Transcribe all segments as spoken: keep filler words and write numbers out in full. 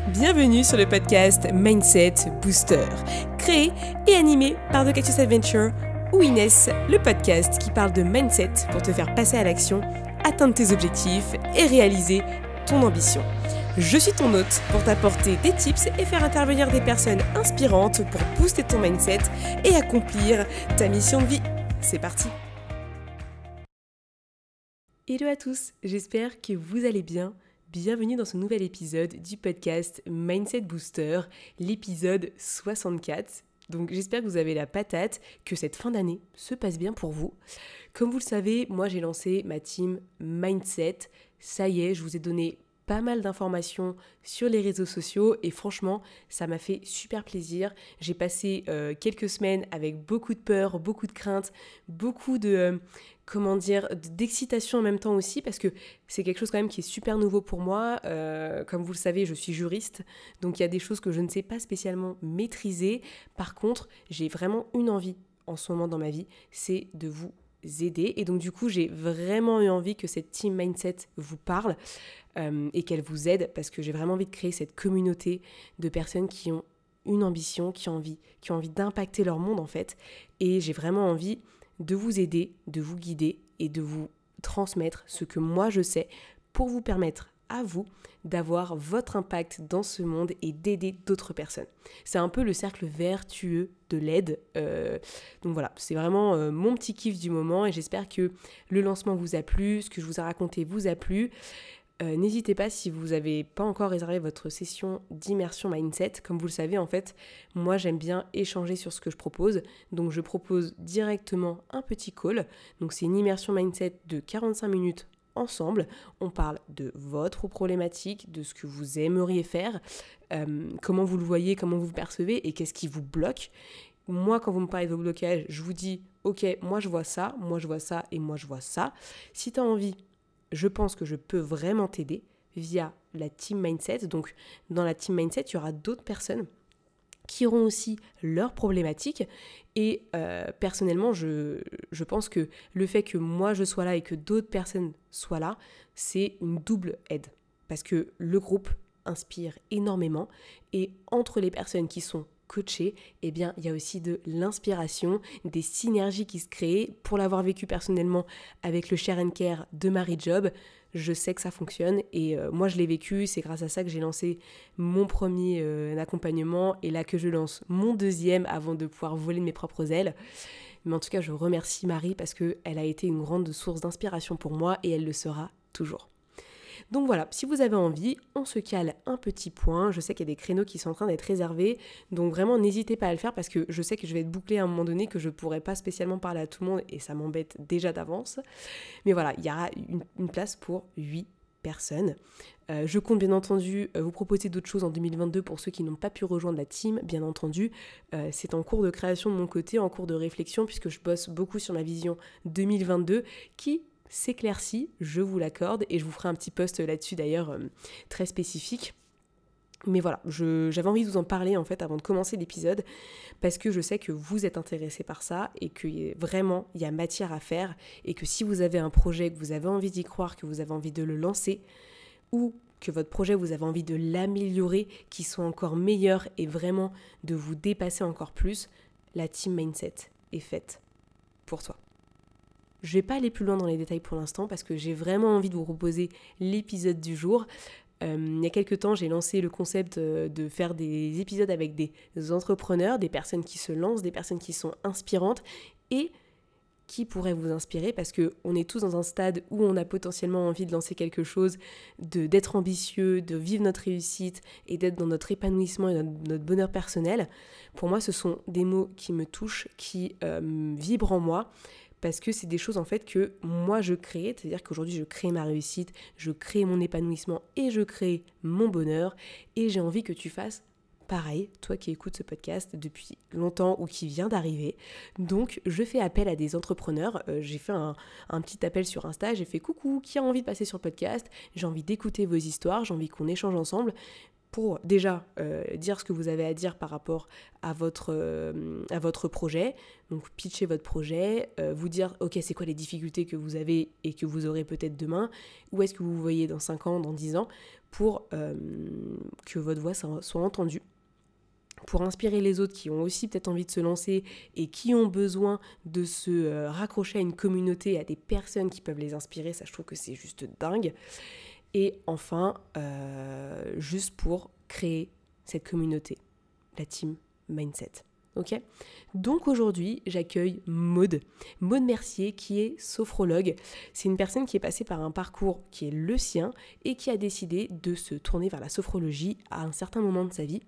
Bienvenue sur le podcast Mindset Booster, créé et animé par The Cactus Adventure ou Inès, le podcast qui parle de mindset pour te faire passer à l'action, atteindre tes objectifs et réaliser ton ambition. Je suis ton hôte pour t'apporter des tips et faire intervenir des personnes inspirantes pour booster ton mindset et accomplir ta mission de vie. C'est parti! Hello à tous, j'espère que vous allez bien. Bienvenue dans ce nouvel épisode du podcast Mindset Booster, l'épisode soixante-quatre. Donc j'espère que vous avez la patate, que cette fin d'année se passe bien pour vous. Comme vous le savez, moi j'ai lancé ma team Mindset. Ça y est, je vous ai donné pas mal d'informations sur les réseaux sociaux et franchement, ça m'a fait super plaisir. J'ai passé euh, quelques semaines avec beaucoup de peur, beaucoup de crainte, beaucoup de, euh, comment dire, d'excitation en même temps aussi parce que c'est quelque chose quand même qui est super nouveau pour moi. Euh, comme vous le savez, je suis juriste, donc il y a des choses que je ne sais pas spécialement maîtriser. Par contre, j'ai vraiment une envie en ce moment dans ma vie, c'est de vous aider. Et donc du coup, j'ai vraiment eu envie que cette team Mindset vous parle euh, et qu'elle vous aide parce que j'ai vraiment envie de créer cette communauté de personnes qui ont une ambition, qui ont envie, qui ont envie d'impacter leur monde en fait. Et j'ai vraiment envie de vous aider, de vous guider et de vous transmettre ce que moi je sais pour vous permettre à vous d'avoir votre impact dans ce monde et d'aider d'autres personnes. C'est un peu le cercle vertueux de l'aide. Euh, donc voilà, c'est vraiment euh, mon petit kiff du moment et j'espère que le lancement vous a plu, ce que je vous ai raconté vous a plu. Euh, n'hésitez pas si vous n'avez pas encore réservé votre session d'immersion mindset. Comme vous le savez, en fait, moi j'aime bien échanger sur ce que je propose. Donc je propose directement un petit call. Donc c'est une immersion mindset de quarante-cinq minutes ensemble. On parle de votre problématique, de ce que vous aimeriez faire, euh, comment vous le voyez, comment vous le percevez et qu'est-ce qui vous bloque. Moi, quand vous me parlez de vos blocages, je vous dis « Ok, moi je vois ça, moi je vois ça et moi je vois ça. » Si tu as envie, je pense que je peux vraiment t'aider via la team Mindset. Donc, dans la team Mindset, il y aura d'autres personnes qui auront aussi leurs problématiques. Et euh, personnellement, je, je pense que le fait que moi je sois là et que d'autres personnes soient là, c'est une double aide. Parce que le groupe inspire énormément. Et entre les personnes qui sont coachées, eh bien, il y a aussi de l'inspiration, des synergies qui se créent. Pour l'avoir vécu personnellement avec le Share and Care de Marie Job, je sais que ça fonctionne et euh, moi je l'ai vécu, c'est grâce à ça que j'ai lancé mon premier euh, accompagnement et là que je lance mon deuxième avant de pouvoir voler de mes propres ailes. Mais en tout cas, je remercie Marie parce qu'elle a été une grande source d'inspiration pour moi et elle le sera toujours. Donc voilà, si vous avez envie, on se cale un petit point. Je sais qu'il y a des créneaux qui sont en train d'être réservés, donc vraiment n'hésitez pas à le faire parce que je sais que je vais être bouclée à un moment donné, que je ne pourrai pas spécialement parler à tout le monde et ça m'embête déjà d'avance. Mais voilà, il y aura une, une place pour huit personnes. Euh, je compte bien entendu euh, vous proposer d'autres choses en deux mille vingt-deux pour ceux qui n'ont pas pu rejoindre la team, bien entendu. Euh, c'est en cours de création de mon côté, en cours de réflexion puisque je bosse beaucoup sur ma vision deux mille vingt-deux qui s'éclaircit, je vous l'accorde, et je vous ferai un petit post là-dessus d'ailleurs euh, très spécifique. Mais voilà, je, j'avais envie de vous en parler en fait avant de commencer l'épisode parce que je sais que vous êtes intéressés par ça et que vraiment il y a matière à faire et que si vous avez un projet, que vous avez envie d'y croire, que vous avez envie de le lancer ou que votre projet vous avez envie de l'améliorer, qu'il soit encore meilleur et vraiment de vous dépasser encore plus, la team Mindset est faite pour toi. Je ne vais pas aller plus loin dans les détails pour l'instant parce que j'ai vraiment envie de vous proposer l'épisode du jour. Euh, il y a quelques temps, j'ai lancé le concept de faire des épisodes avec des entrepreneurs, des personnes qui se lancent, des personnes qui sont inspirantes et qui pourraient vous inspirer parce qu'on est tous dans un stade où on a potentiellement envie de lancer quelque chose, de, d'être ambitieux, de vivre notre réussite et d'être dans notre épanouissement et notre, notre bonheur personnel. Pour moi, ce sont des mots qui me touchent, qui euh, vibrent en moi. Parce que c'est des choses en fait que moi je crée, c'est-à-dire qu'aujourd'hui je crée ma réussite, je crée mon épanouissement et je crée mon bonheur et j'ai envie que tu fasses pareil, toi qui écoutes ce podcast depuis longtemps ou qui vient d'arriver. Donc je fais appel à des entrepreneurs, euh, j'ai fait un, un petit appel sur Insta, j'ai fait coucou, qui a envie de passer sur le podcast, j'ai envie d'écouter vos histoires, j'ai envie qu'on échange ensemble. pour déjà euh, dire ce que vous avez à dire par rapport à votre, euh, à votre projet. Donc pitcher votre projet, euh, vous dire ok c'est quoi les difficultés que vous avez et que vous aurez peut-être demain, où est-ce que vous vous voyez dans cinq ans, dans dix ans, pour euh, que votre voix soit entendue, pour inspirer les autres qui ont aussi peut-être envie de se lancer et qui ont besoin de se euh, raccrocher à une communauté, à des personnes qui peuvent les inspirer. Ça je trouve que c'est juste dingue. Et enfin, euh, juste pour créer cette communauté, la team Mindset. Ok ? Donc aujourd'hui, j'accueille Maud, Maud Mercier, qui est sophrologue. C'est une personne qui est passée par un parcours qui est le sien et qui a décidé de se tourner vers la sophrologie à un certain moment de sa vie.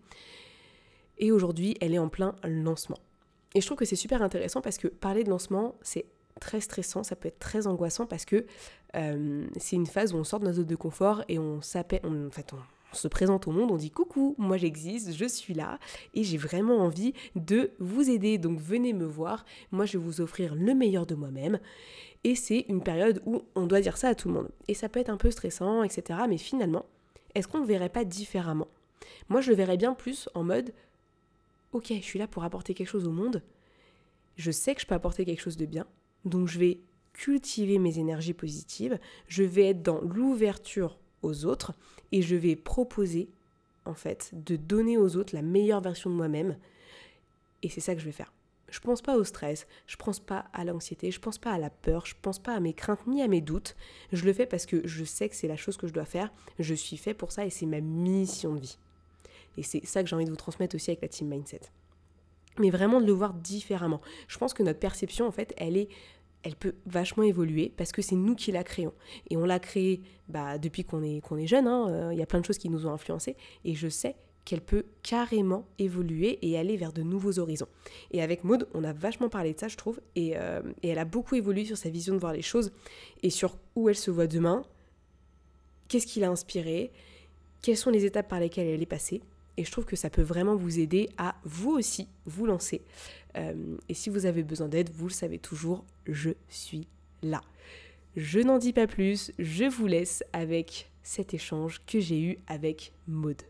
Et aujourd'hui, elle est en plein lancement. Et je trouve que c'est super intéressant parce que parler de lancement, c'est très stressant, ça peut être très angoissant parce que euh, c'est une phase où on sort de notre zone de confort et on s'appelle, on, en fait, on, on se présente au monde, on dit coucou, moi j'existe, je suis là et j'ai vraiment envie de vous aider, donc venez me voir, moi je vais vous offrir le meilleur de moi-même. Et c'est une période où on doit dire ça à tout le monde et ça peut être un peu stressant, et cetera. Mais finalement, est-ce qu'on ne le verrait pas différemment ? Moi je le verrais bien plus en mode ok, je suis là pour apporter quelque chose au monde, je sais que je peux apporter quelque chose de bien. Donc je vais cultiver mes énergies positives, je vais être dans l'ouverture aux autres et je vais proposer en fait de donner aux autres la meilleure version de moi-même et c'est ça que je vais faire. Je pense pas au stress, je pense pas à l'anxiété, je pense pas à la peur, je pense pas à mes craintes ni à mes doutes. Je le fais parce que je sais que c'est la chose que je dois faire, je suis fait pour ça et c'est ma mission de vie. Et c'est ça que j'ai envie de vous transmettre aussi avec la team Mindset. Mais vraiment de le voir différemment. Je pense que notre perception, en fait, elle est, elle peut vachement évoluer parce que c'est nous qui la créons. Et on l'a créée bah, depuis qu'on est, qu'on est jeune, hein, euh, y a plein de choses qui nous ont influencés. Et je sais qu'elle peut carrément évoluer et aller vers de nouveaux horizons. Et avec Maud, on a vachement parlé de ça, je trouve. Et, euh, et elle a beaucoup évolué sur sa vision de voir les choses et sur où elle se voit demain, qu'est-ce qui l'a inspirée, quelles sont les étapes par lesquelles elle est passée. Et je trouve que ça peut vraiment vous aider à vous aussi vous lancer. Euh, et si vous avez besoin d'aide, vous le savez toujours, je suis là. Je n'en dis pas plus, je vous laisse avec cet échange que j'ai eu avec Maud.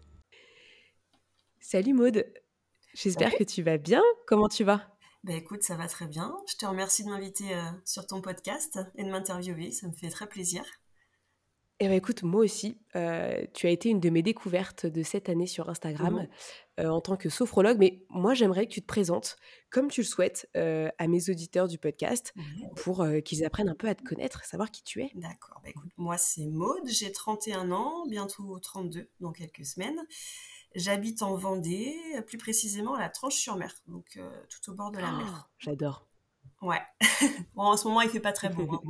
Salut Maud, j'espère Salut. que tu vas bien. Comment tu vas ? Bah écoute, ça va très bien. Je te remercie de m'inviter euh, sur ton podcast et de m'interviewer, ça me fait très plaisir. Eh bien écoute, moi aussi, euh, tu as été une de mes découvertes de cette année sur Instagram Mhm. euh, en tant que sophrologue, mais moi j'aimerais que tu te présentes comme tu le souhaites euh, à mes auditeurs du podcast Ouais. pour euh, qu'ils apprennent un peu à te connaître, savoir qui tu es. D'accord, bah écoute, moi c'est Maude, j'ai trente et un ans, bientôt trente-deux dans quelques semaines. J'habite en Vendée, plus précisément à la Tranche-sur-Mer, donc euh, tout au bord de la Oh, mer. j'adore. Ouais, bon en ce moment il fait pas très beau, hein.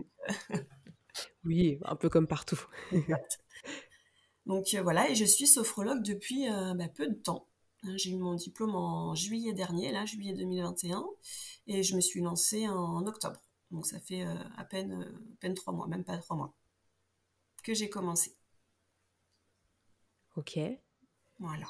Oui, un peu comme partout. Exact. Donc euh, voilà, et je suis sophrologue depuis euh, bah, peu de temps. Hein, J'ai eu mon diplôme en juillet dernier, là, juillet deux mille vingt et un, et un, et je me suis lancée en octobre. Donc ça fait euh, à peine, euh, à peine trois mois, même pas trois mois, que j'ai commencé. Ok, Voilà.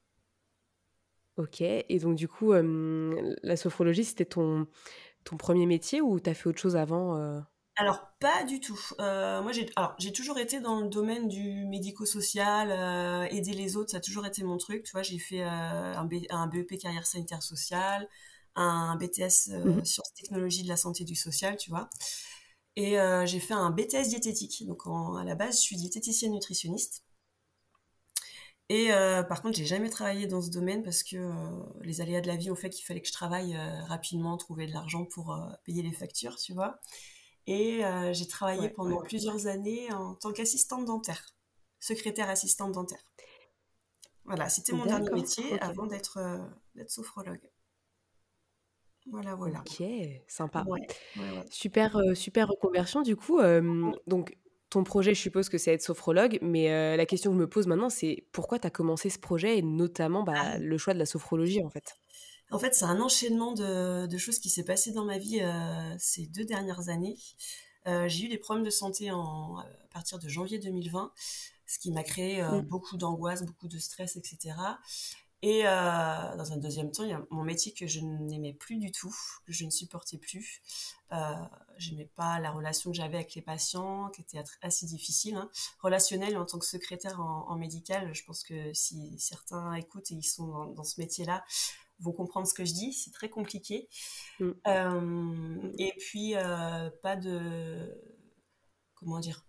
ok. Et donc du coup, euh, la sophrologie, c'était ton, ton premier métier ou t'as fait autre chose avant euh Alors pas du tout. Euh, moi j'ai, alors j'ai toujours été dans le domaine du médico-social, euh, aider les autres, ça a toujours été mon truc. Tu vois, j'ai fait euh, un, B- un B E P carrière sanitaire sociale, un B T S Mhm. euh, sciences technologies de la santé et du social, tu vois. Et euh, j'ai fait un B T S diététique. Donc en- à la base, je suis diététicienne nutritionniste. Et euh, par contre, j'ai jamais travaillé dans ce domaine parce que euh, les aléas de la vie ont fait qu'il fallait que je travaille euh, rapidement, trouver de l'argent pour euh, payer les factures, tu vois. Et euh, j'ai travaillé Ouais. pendant plusieurs années en tant qu'assistante dentaire, secrétaire assistante dentaire. Voilà, c'était mon dernier D'accord, métier ok. avant d'être euh, d'être sophrologue. Voilà, voilà. Ok, sympa. Ouais, ouais, ouais. Super, heu, super reconversion du coup, hem, donc ton projet, je suppose que c'est être sophrologue, mais heu, la question que je me pose maintenant, c'est pourquoi tu as commencé ce projet et notamment, bah, le choix de la sophrologie, en fait? En fait, c'est un enchaînement de, de choses qui s'est passé dans ma vie euh, ces deux dernières années. Euh, j'ai eu des problèmes de santé en, à partir de janvier deux mille vingt, ce qui m'a créé euh, Mmh. beaucoup d'angoisse, beaucoup de stress, et cetera. Et euh, dans un deuxième temps, il y a mon métier que je n'aimais plus du tout, que je ne supportais plus. Euh, j'aimais pas la relation que j'avais avec les patients, qui était assez difficile. Hein. Relationnelle en tant que secrétaire en, en médical, je pense que si certains écoutent et ils sont dans, dans ce métier-là, vont comprendre ce que je dis. C'est très compliqué. Mm. Euh, et puis, euh, pas de... Comment dire?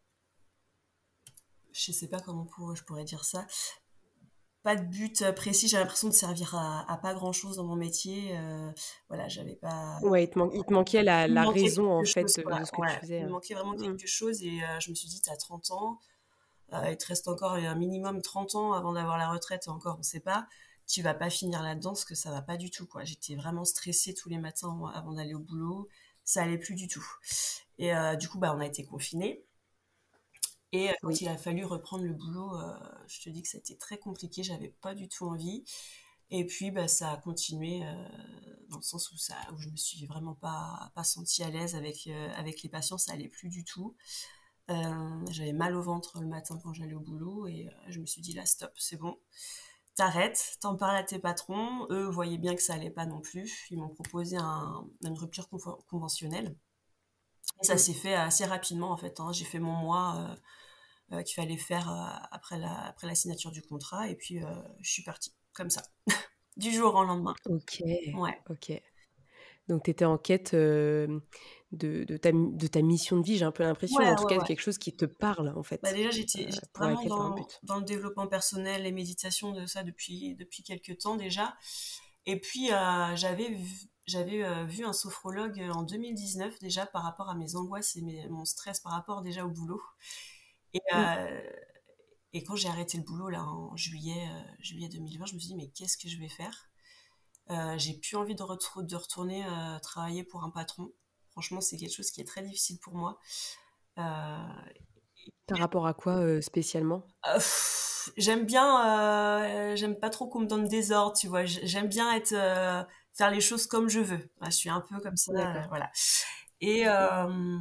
Je sais pas comment pour, je pourrais dire ça. Pas de but précis, j'ai l'impression de servir à, à pas grand chose dans mon métier. Euh, voilà, j'avais pas. Ouais, il te, man- il te manquait la, Il me la manquait raison en quelque fait chose, de, quoi. de ce que tu Ouais, faisais. il me Hein. manquait vraiment Mm. quelque chose et euh, je me suis dit, t'as trente ans, euh, il te reste encore un minimum trente ans avant d'avoir la retraite et encore, on sait pas. Tu vas pas finir là-dedans parce que ça va pas du tout, quoi. J'étais vraiment stressée tous les matins avant d'aller au boulot. Ça allait plus du tout. Et euh, du coup, bah, on a été confinés. Et euh, quand Oui. il a fallu reprendre le boulot, euh, je te dis que c'était très compliqué, j'avais pas du tout envie. Et puis bah, ça a continué euh, dans le sens où, ça, où je me suis vraiment pas, pas sentie à l'aise avec, euh, avec les patients, ça allait plus du tout. Euh, j'avais mal au ventre le matin quand j'allais au boulot et euh, je me suis dit là stop, c'est bon, t'arrêtes, t'en parles à tes patrons. Eux voyaient bien que ça allait pas non plus, ils m'ont proposé un, une rupture conventionnelle. Et ça Mm. s'est fait assez rapidement en fait, hein. J'ai fait mon mois euh, euh, qu'il fallait faire euh, après, la, après la signature du contrat et puis euh, je suis partie comme ça, du jour au lendemain. Ok, Ouais. ok. Donc tu étais en quête euh, de, de, ta, de ta mission de vie, j'ai un peu l'impression, ou Ouais, en tout ouais, cas de ouais. quelque chose qui te parle en Bah fait, déjà, euh, j'étais j'étais pour vraiment laquelle tu as un dans, but. dans le développement personnel, les méditations de ça depuis, depuis quelques temps déjà. Et puis, euh, j'avais vu, j'avais euh, vu un sophrologue en deux mille dix-neuf déjà par rapport à mes angoisses et mes- mon stress par rapport déjà au boulot. Et, Mm. euh, et quand j'ai arrêté le boulot là en juillet, euh, juillet deux mille vingt, je me suis dit, mais qu'est-ce que je vais faire? Euh, j'ai plus envie de, retr- de retourner euh, travailler pour un patron. Franchement, c'est quelque chose qui est très difficile pour moi. Euh, Par rapport à quoi euh, spécialement? Euh, pff, j'aime bien, euh, j'aime pas trop qu'on me donne des ordres, tu vois. J- J'aime bien être, euh, faire les choses comme je veux. Ouais, je suis un peu comme ça, euh, D'accord. voilà. Et euh,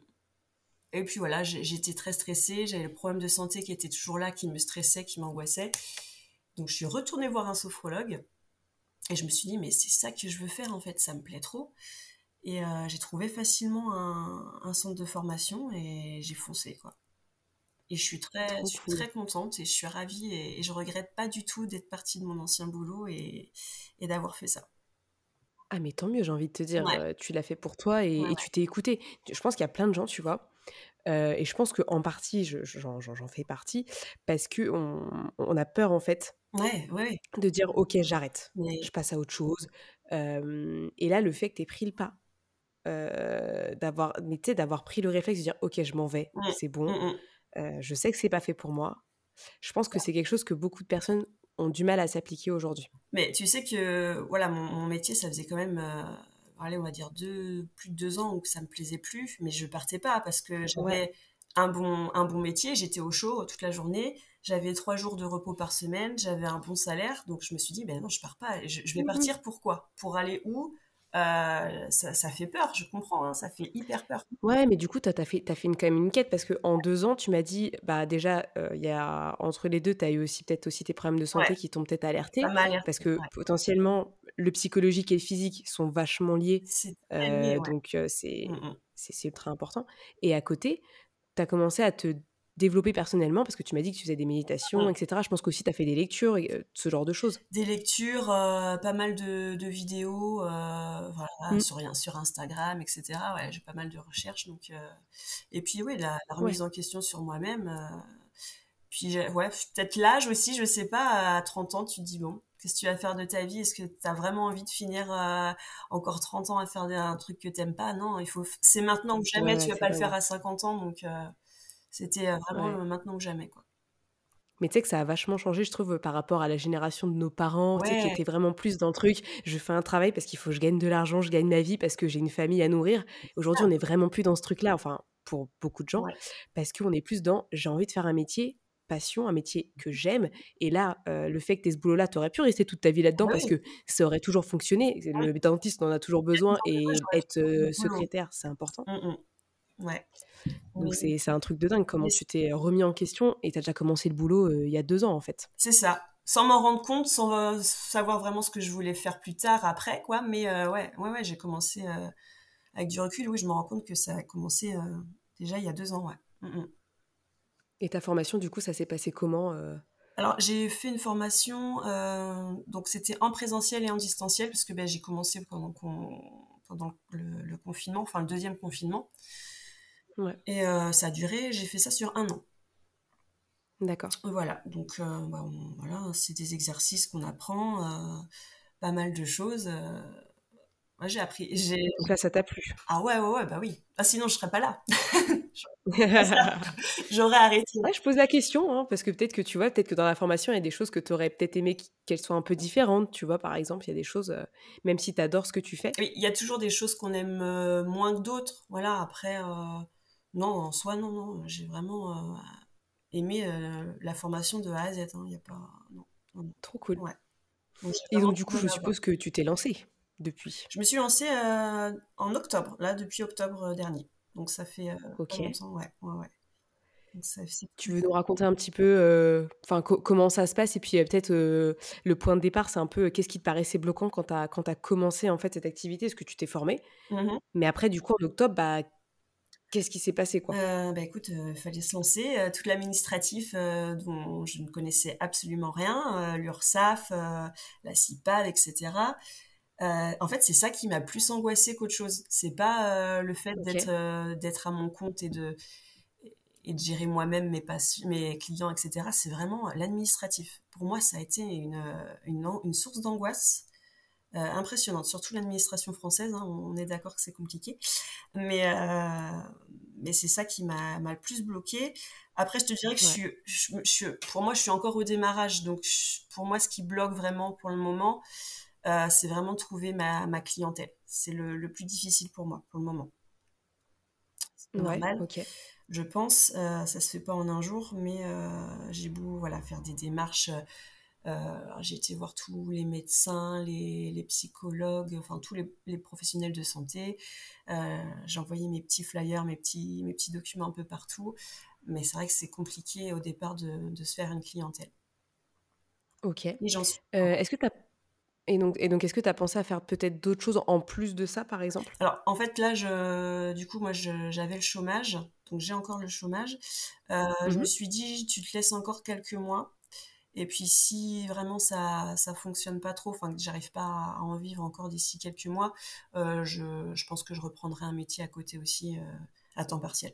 et puis voilà, j'ai- j'étais très stressée. J'avais le problème de santé qui était toujours là, qui me stressait, qui m'angoissait. Donc je suis retournée voir un sophrologue et je me suis dit mais c'est ça que je veux faire en fait, ça me plaît trop. Et euh, j'ai trouvé facilement un, un centre de formation et j'ai foncé quoi. Et je suis très, je Trop suis cool. très contente et je suis ravie et, et je regrette pas du tout d'être partie de mon ancien boulot et, et d'avoir fait ça. Ah mais tant mieux, j'ai envie de te dire, Ouais, euh, tu l'as fait pour toi ouais, et, et ouais. tu t'es écouté. Je pense qu'il y a plein de gens, tu vois, euh, et je pense qu'en partie, je- je- j'en j'en- j'en fais partie, parce que on, on a peur en fait Ouais, ouais. de dire ok j'arrête, je Mais passe à autre chose. Euh, et là le fait que tu aies pris le pas, euh, d'avoir, mais tu sais, d'avoir pris le réflexe de dire ok je m'en vais, mm, c'est mm, bon, mm, euh, je sais que c'est pas fait pour moi. Je pense que c'est quelque chose que beaucoup de personnes ont du mal à s'appliquer aujourd'hui. mais tu sais que voilà, mon, mon métier, ça faisait quand même, euh, allez, on va dire deux, plus de deux ans où ça me plaisait plus, mais je partais pas parce que Ouais. j'avais un bon, un bon métier, j'étais au chaud toute la journée, j'avais trois jours de repos par semaine, j'avais un bon salaire, donc je me suis dit, ben non, je pars pas, je, je vais Mhm. partir pourquoi? Pour aller où? Euh, ça, ça fait peur, je comprends, hein, ça fait hyper peur. Ouais, mais du coup, tu as, fait, t'as fait une, quand même une quête parce qu'en deux ans, tu m'as dit, bah déjà, euh, il y a, entre les deux, tu as eu aussi peut-être aussi tes problèmes de Ouais, santé qui t'ont peut-être ça alerté m'a parce alerté, que ouais. potentiellement, le psychologique et le physique sont vachement liés, C'est très lié, euh, ouais. donc euh, c'est, Mm, mm. c'est, c'est ultra important. Et à côté, tu as commencé à te développer personnellement parce que tu m'as dit que tu faisais des méditations, Mm. et cetera. Je pense qu'aussi, tu as fait des lectures, et, euh, ce genre de choses. Des lectures, euh, pas mal de, de vidéos, euh, voilà, Mm. sur, sur Instagram, et cetera. Ouais, j'ai pas mal de recherches, donc euh, et puis oui, la, la remise Ouais. en question sur moi-même. euh, puis j'ai- ouais, peut-être l'âge aussi, je sais pas. À trente ans, tu te dis bon, qu'est-ce que tu vas faire de ta vie? Est-ce que tu as vraiment envie de finir euh, encore trente ans à faire des- un truc que t'aimes pas? Non, il faut. C'est maintenant ou Ouais, jamais. Tu ouais, vas c'est pas le faire dingue. à cinquante ans, donc euh, c'était euh, vraiment Ouais. euh, maintenant ou jamais, quoi. Mais tu sais que ça a vachement changé, je trouve, par rapport à la génération de nos parents, tu sais, qui Ouais, étaient vraiment plus dans le truc. Je fais un travail parce qu'il faut que je gagne de l'argent, je gagne ma vie parce que j'ai une famille à nourrir. Aujourd'hui, on est vraiment plus dans ce truc-là, enfin, pour beaucoup de gens, ouais, parce qu'on est plus dans j'ai envie de faire un métier, passion, un métier que j'aime. Et là, euh, le fait que tu aies ce boulot-là, tu aurais pu rester toute ta vie là-dedans ah parce oui, que ça aurait toujours fonctionné. ah oui. Le dentiste en a toujours Il y a besoin dix ans de moi, et j'aurais être trouvé euh, du boulot. secrétaire, c'est important. Mm, mm. Ouais. Donc Mais, c'est c'est un truc de dingue comment mais tu t'es remis en question et tu as déjà commencé le boulot euh, il y a deux ans en fait. c'est ça. sans m'en rendre compte, sans euh, savoir vraiment ce que je voulais faire plus tard, après, quoi. Mais euh, ouais, ouais, ouais, j'ai commencé, euh, avec du recul, oui, je me rends compte que ça a commencé euh, déjà il y a deux ans, ouais. Mm, mm. Et ta formation, du coup, ça s'est passé comment euh Alors, j'ai fait une formation, euh, donc c'était en présentiel et en distanciel, parce que ben, j'ai commencé pendant, qu'on- pendant le, le confinement, enfin le deuxième confinement. Ouais, Et euh, ça a duré, j'ai fait ça sur un an. d'accord. Voilà, donc euh, bah, on- voilà, c'est des exercices qu'on apprend, euh, pas mal de choses. euh. Moi, j'ai appris. J'ai... Donc là, ça t'a plu. Ah ouais, ouais, ouais, bah oui. Ah, sinon, je serais pas là. J'aurais pas ça. J'aurais arrêté. Ouais, je pose la question, hein, parce que peut-être que tu vois, peut-être que dans la formation, il y a des choses que tu aurais peut-être aimé qu- qu'elles soient un peu différentes, tu vois, par exemple, il y a des choses, euh, même si tu adores ce que tu fais. Oui, il y a toujours des choses qu'on aime euh, moins que d'autres. Voilà, après, euh, non, en soi, non, non. J'ai vraiment euh, aimé euh, la formation de A à Z. hein. Il y a pas. Non, non, non. Trop cool. Ouais. Donc, j'ai Et vraiment donc, du coup, trouvé je ma voie. suppose que tu t'es lancée depuis. Je me suis lancée euh, en octobre, là, depuis octobre dernier. Donc, ça fait euh, pas Ok. longtemps, ouais, ouais, ouais. Donc, ça, c'est Tu cool. veux nous raconter un petit peu, euh, enfin, co- comment ça se passe et puis euh, peut-être euh, le point de départ, c'est un peu euh, qu'est-ce qui te paraissait bloquant quand tu as, quand t'as commencé en fait cette activité, est-ce que tu t'es formée? Mhm. Mais après, du coup, en octobre, bah, qu'est-ce qui s'est passé, quoi? Euh, bah écoute, il fallait se lancer. Euh, tout l'administratif euh, dont je ne connaissais absolument rien, euh, l'URSSAF, euh, la CIPAD, et cetera. Euh, en fait, c'est ça qui m'a plus angoissée qu'autre chose. C'est pas euh, le fait Ok. d'être euh, d'être à mon compte et de et de gérer moi-même mes patients, mes clients, et cetera. C'est vraiment l'administratif. Pour moi, ça a été une une, une source d'angoisse euh, impressionnante. Surtout l'administration française. Hein, on est d'accord que c'est compliqué, mais euh, mais c'est ça qui m'a m'a le plus bloqué. Après, je te dirais que je Ouais. suis, je, je, pour moi, je suis encore au démarrage. Donc, je- pour moi, ce qui bloque vraiment pour le moment, euh, c'est vraiment trouver ma, ma clientèle. C'est le, le plus difficile pour moi, pour le moment. C'est Ouais, normal, ok. je pense. Euh, ça se fait pas en un jour, mais euh, j'ai beau voilà, faire des démarches. Euh, j'ai été voir tous les médecins, les, les psychologues, enfin tous les, les professionnels de santé. Euh, j'ai envoyé mes petits flyers, mes petits, mes petits documents un peu partout. Mais c'est vrai que c'est compliqué au départ de, de se faire une clientèle. Ok. Euh, Et j'en suis. est-ce que t'as et donc et donc est-ce que tu as pensé à faire peut-être d'autres choses en plus de ça, par exemple? Alors, en fait, là, je, du coup, moi, je- j'avais le chômage, donc j'ai encore le chômage. Euh, je me Mhm. suis dit, tu te laisses encore quelques mois. Et puis, si vraiment ça ça fonctionne pas trop, enfin que j'arrive pas à, à en vivre encore d'ici quelques mois, euh, je, je pense que je reprendrai un métier à côté aussi, euh, à temps partiel.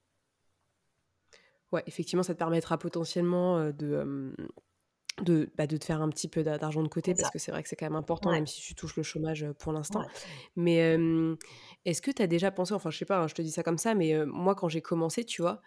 Ouais, effectivement, ça te permettra potentiellement euh, de, euh, de, bah, de te faire un petit peu d'a- d'argent de côté C'est parce ça. que c'est vrai que c'est quand même important, Ouais, même si tu touches le chômage euh, pour l'instant. ouais. Mais euh, est-ce que tu as déjà pensé, enfin, je sais pas, hein, je te dis ça comme ça, mais euh, moi, quand j'ai commencé, tu vois,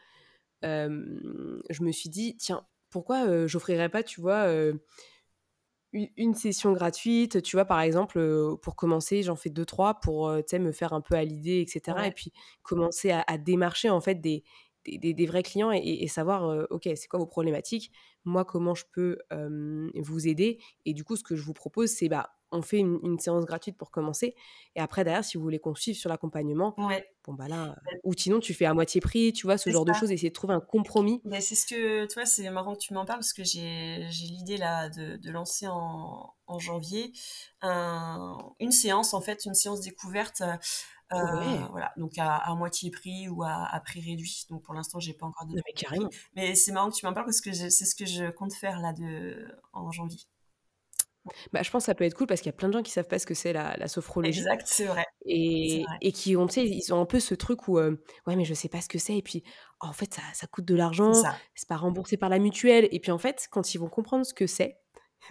euh, je me suis dit, tiens, pourquoi euh, j'offrirais pas, tu vois, euh, une, une session gratuite, tu vois, par exemple, euh, pour commencer, j'en fais deux, trois pour, euh, tu sais, me faire un peu à l'idée, et cetera. Et Ouais, puis commencer à, à démarcher, en fait, des, des, des- des vrais clients et, et savoir, euh, OK, c'est quoi vos problématiques? Moi, comment je peux euh, vous aider? Et du coup, ce que je vous propose, c'est, bah, on fait une, une séance gratuite pour commencer. Et après, derrière, si vous voulez qu'on suive sur l'accompagnement, ouais, bon, bah là, euh, ou sinon, tu fais à moitié prix, tu vois, ce c'est genre de ça. choses, essayer de trouver un compromis. Ben, c'est ce que, tu vois, c'est marrant que tu m'en parles parce que j'ai, j'ai l'idée là de, de lancer en, en janvier un- une séance, en fait, une séance découverte, euh, Ouais, voilà, donc à, à moitié prix ou à, à prix réduit. Donc pour l'instant, j'ai pas encore non, mais défini le prix, carrément. mais c'est marrant que tu m'en parles parce que je- c'est ce que je compte faire là de, en janvier. Bah, je pense que ça peut être cool parce qu'il y a plein de gens qui savent pas ce que c'est la, la sophrologie. Exact, c'est vrai, c'est Et, vrai. et qui ont, tu sais, ils ont un peu ce truc où, euh, ouais, mais je sais pas ce que c'est. Et puis, en fait, ça, ça coûte de C'est l'argent, ça, c'est pas remboursé par la mutuelle. Et puis, en fait, quand ils vont comprendre ce que c'est,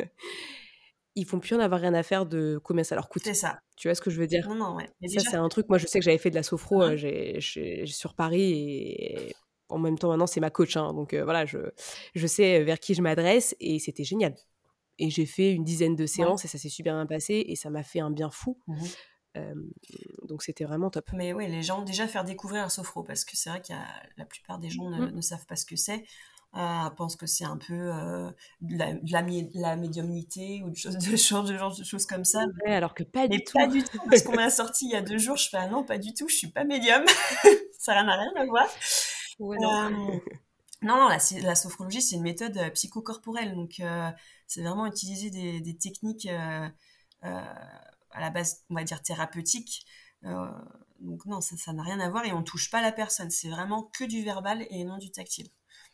ils vont plus en avoir rien à faire de combien ça leur c'est coûte. ça. Tu vois ce que je veux dire? Non, non, ouais. Mais Ça, déjà, c'est un truc. Moi, je sais que j'avais fait de la sophro euh, hein, j'ai, j'ai- sur Paris et en même temps, maintenant, c'est ma coach. Hein. Donc, euh, voilà, je, je sais vers qui je m'adresse et c'était génial. Et j'ai fait une dizaine de ouais. séances et ça s'est super bien passé et ça m'a fait un bien fou. Mhm. Euh, donc, c'était vraiment top. Mais ouais, les gens, déjà faire découvrir la sophro, parce que c'est vrai qu'il y a, la plupart des gens ne, Mm. ne savent pas ce que c'est, euh, pensent que c'est un peu euh, de la, de la, mi- de la médiumnité ou de choses, de, genre, de, genre de choses comme ça. Ouais, alors que pas Mais du pas tout. du tout, parce qu'on m'a sorti il y a deux jours, je fais ah non, pas du tout, je suis pas médium, ça n'a rien à voir. Ouais, non. Euh, Non, non, la, la sophrologie, c'est une méthode euh, psychocorporelle. Donc, euh, c'est vraiment utiliser des, des techniques euh, euh, à la base, on va dire, thérapeutiques. Euh, donc, non, ça, ça n'a rien à voir et on touche pas la personne. C'est vraiment que du verbal et non du tactile.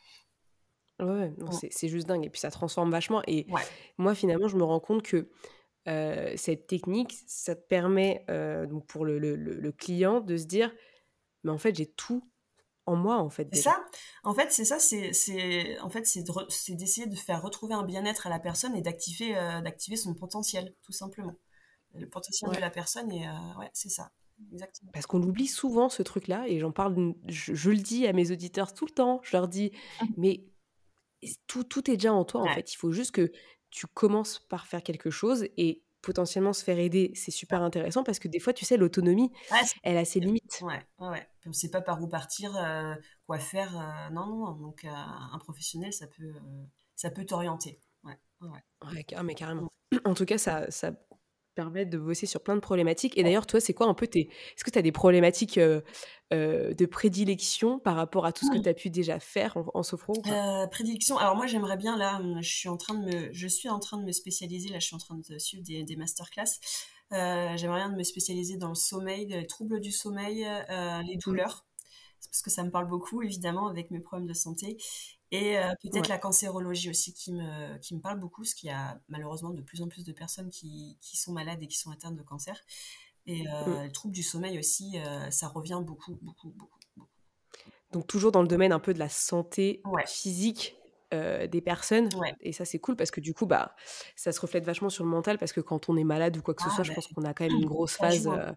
Ouais, ouais, non, Mm. c'est c'est juste dingue et puis ça transforme vachement et Ouais, moi, finalement, je me rends compte que, heu, cette technique, ça te permet, heu, donc pour le le le le client de se dire: «Mais en fait, j'ai tout en moi, en fait, c'est déjà». ça. En fait, c'est ça. C'est, c'est, en fait, c'est de re- c'est d'essayer de faire retrouver un bien-être à la personne et d'activer, euh, d'activer son potentiel, tout simplement. Le potentiel de Ouais. la personne et euh, ouais, c'est ça. Exactement. Parce qu'on l'oublie souvent ce truc-là et j'en parle, mmh, je je le dis à mes auditeurs tout le temps. Je leur dis: «Mais et tout tout est déjà en toi, en Ouais, fait. Il faut juste que tu commences par faire quelque chose et potentiellement se faire aider». C'est ça. super intéressant parce que des fois, tu sais, l'autonomie, Ouais, c'est elle a ses limites. ouais, ouais, ouais. Puis on sait pas par où partir, euh, quoi faire. euh, non, non, non. Donc, euh, un professionnel, ça peut, euh, ça peut t'orienter. Ouais, ouais, ouais. Ouais, ca ah mais Mm. carrément. En tout cas, ça ça permet de bosser sur plein de problématiques et Ouais. d'ailleurs, toi, c'est quoi un peu tes est-ce que tu as des problématiques, heu heu, de prédilection par rapport à tout ce que tu as pu déjà faire en en sophro ou pas? Euh, prédilection. Alors moi, j'aimerais bien là. hum, Je suis en train de me, je suis en train de me spécialiser. Là, je suis en train de suivre des, des masterclass. Euh, j'aimerais bien de me spécialiser dans le sommeil, les troubles du sommeil, euh, les Mmh. douleurs. C'est parce que ça me parle beaucoup, évidemment, avec mes problèmes de santé. Et euh, peut-être Ouais. la cancérologie aussi qui me, qui me parle beaucoup, parce qu'il y a malheureusement de plus en plus de personnes qui, qui sont malades et qui sont atteintes de cancer. Et Mmh. euh, le trouble du sommeil aussi, euh, ça revient beaucoup, beaucoup, beaucoup, beaucoup. Donc toujours dans le domaine un peu de la santé Ouais, physique, heu, des personnes ouais. et ça, c'est cool parce que du coup, bah, ça se reflète vachement sur le mental parce que quand on est malade ou quoi que ce Ah, soit, je ben, pense qu'on a quand même une grosse ça phase, joue, hein. heu,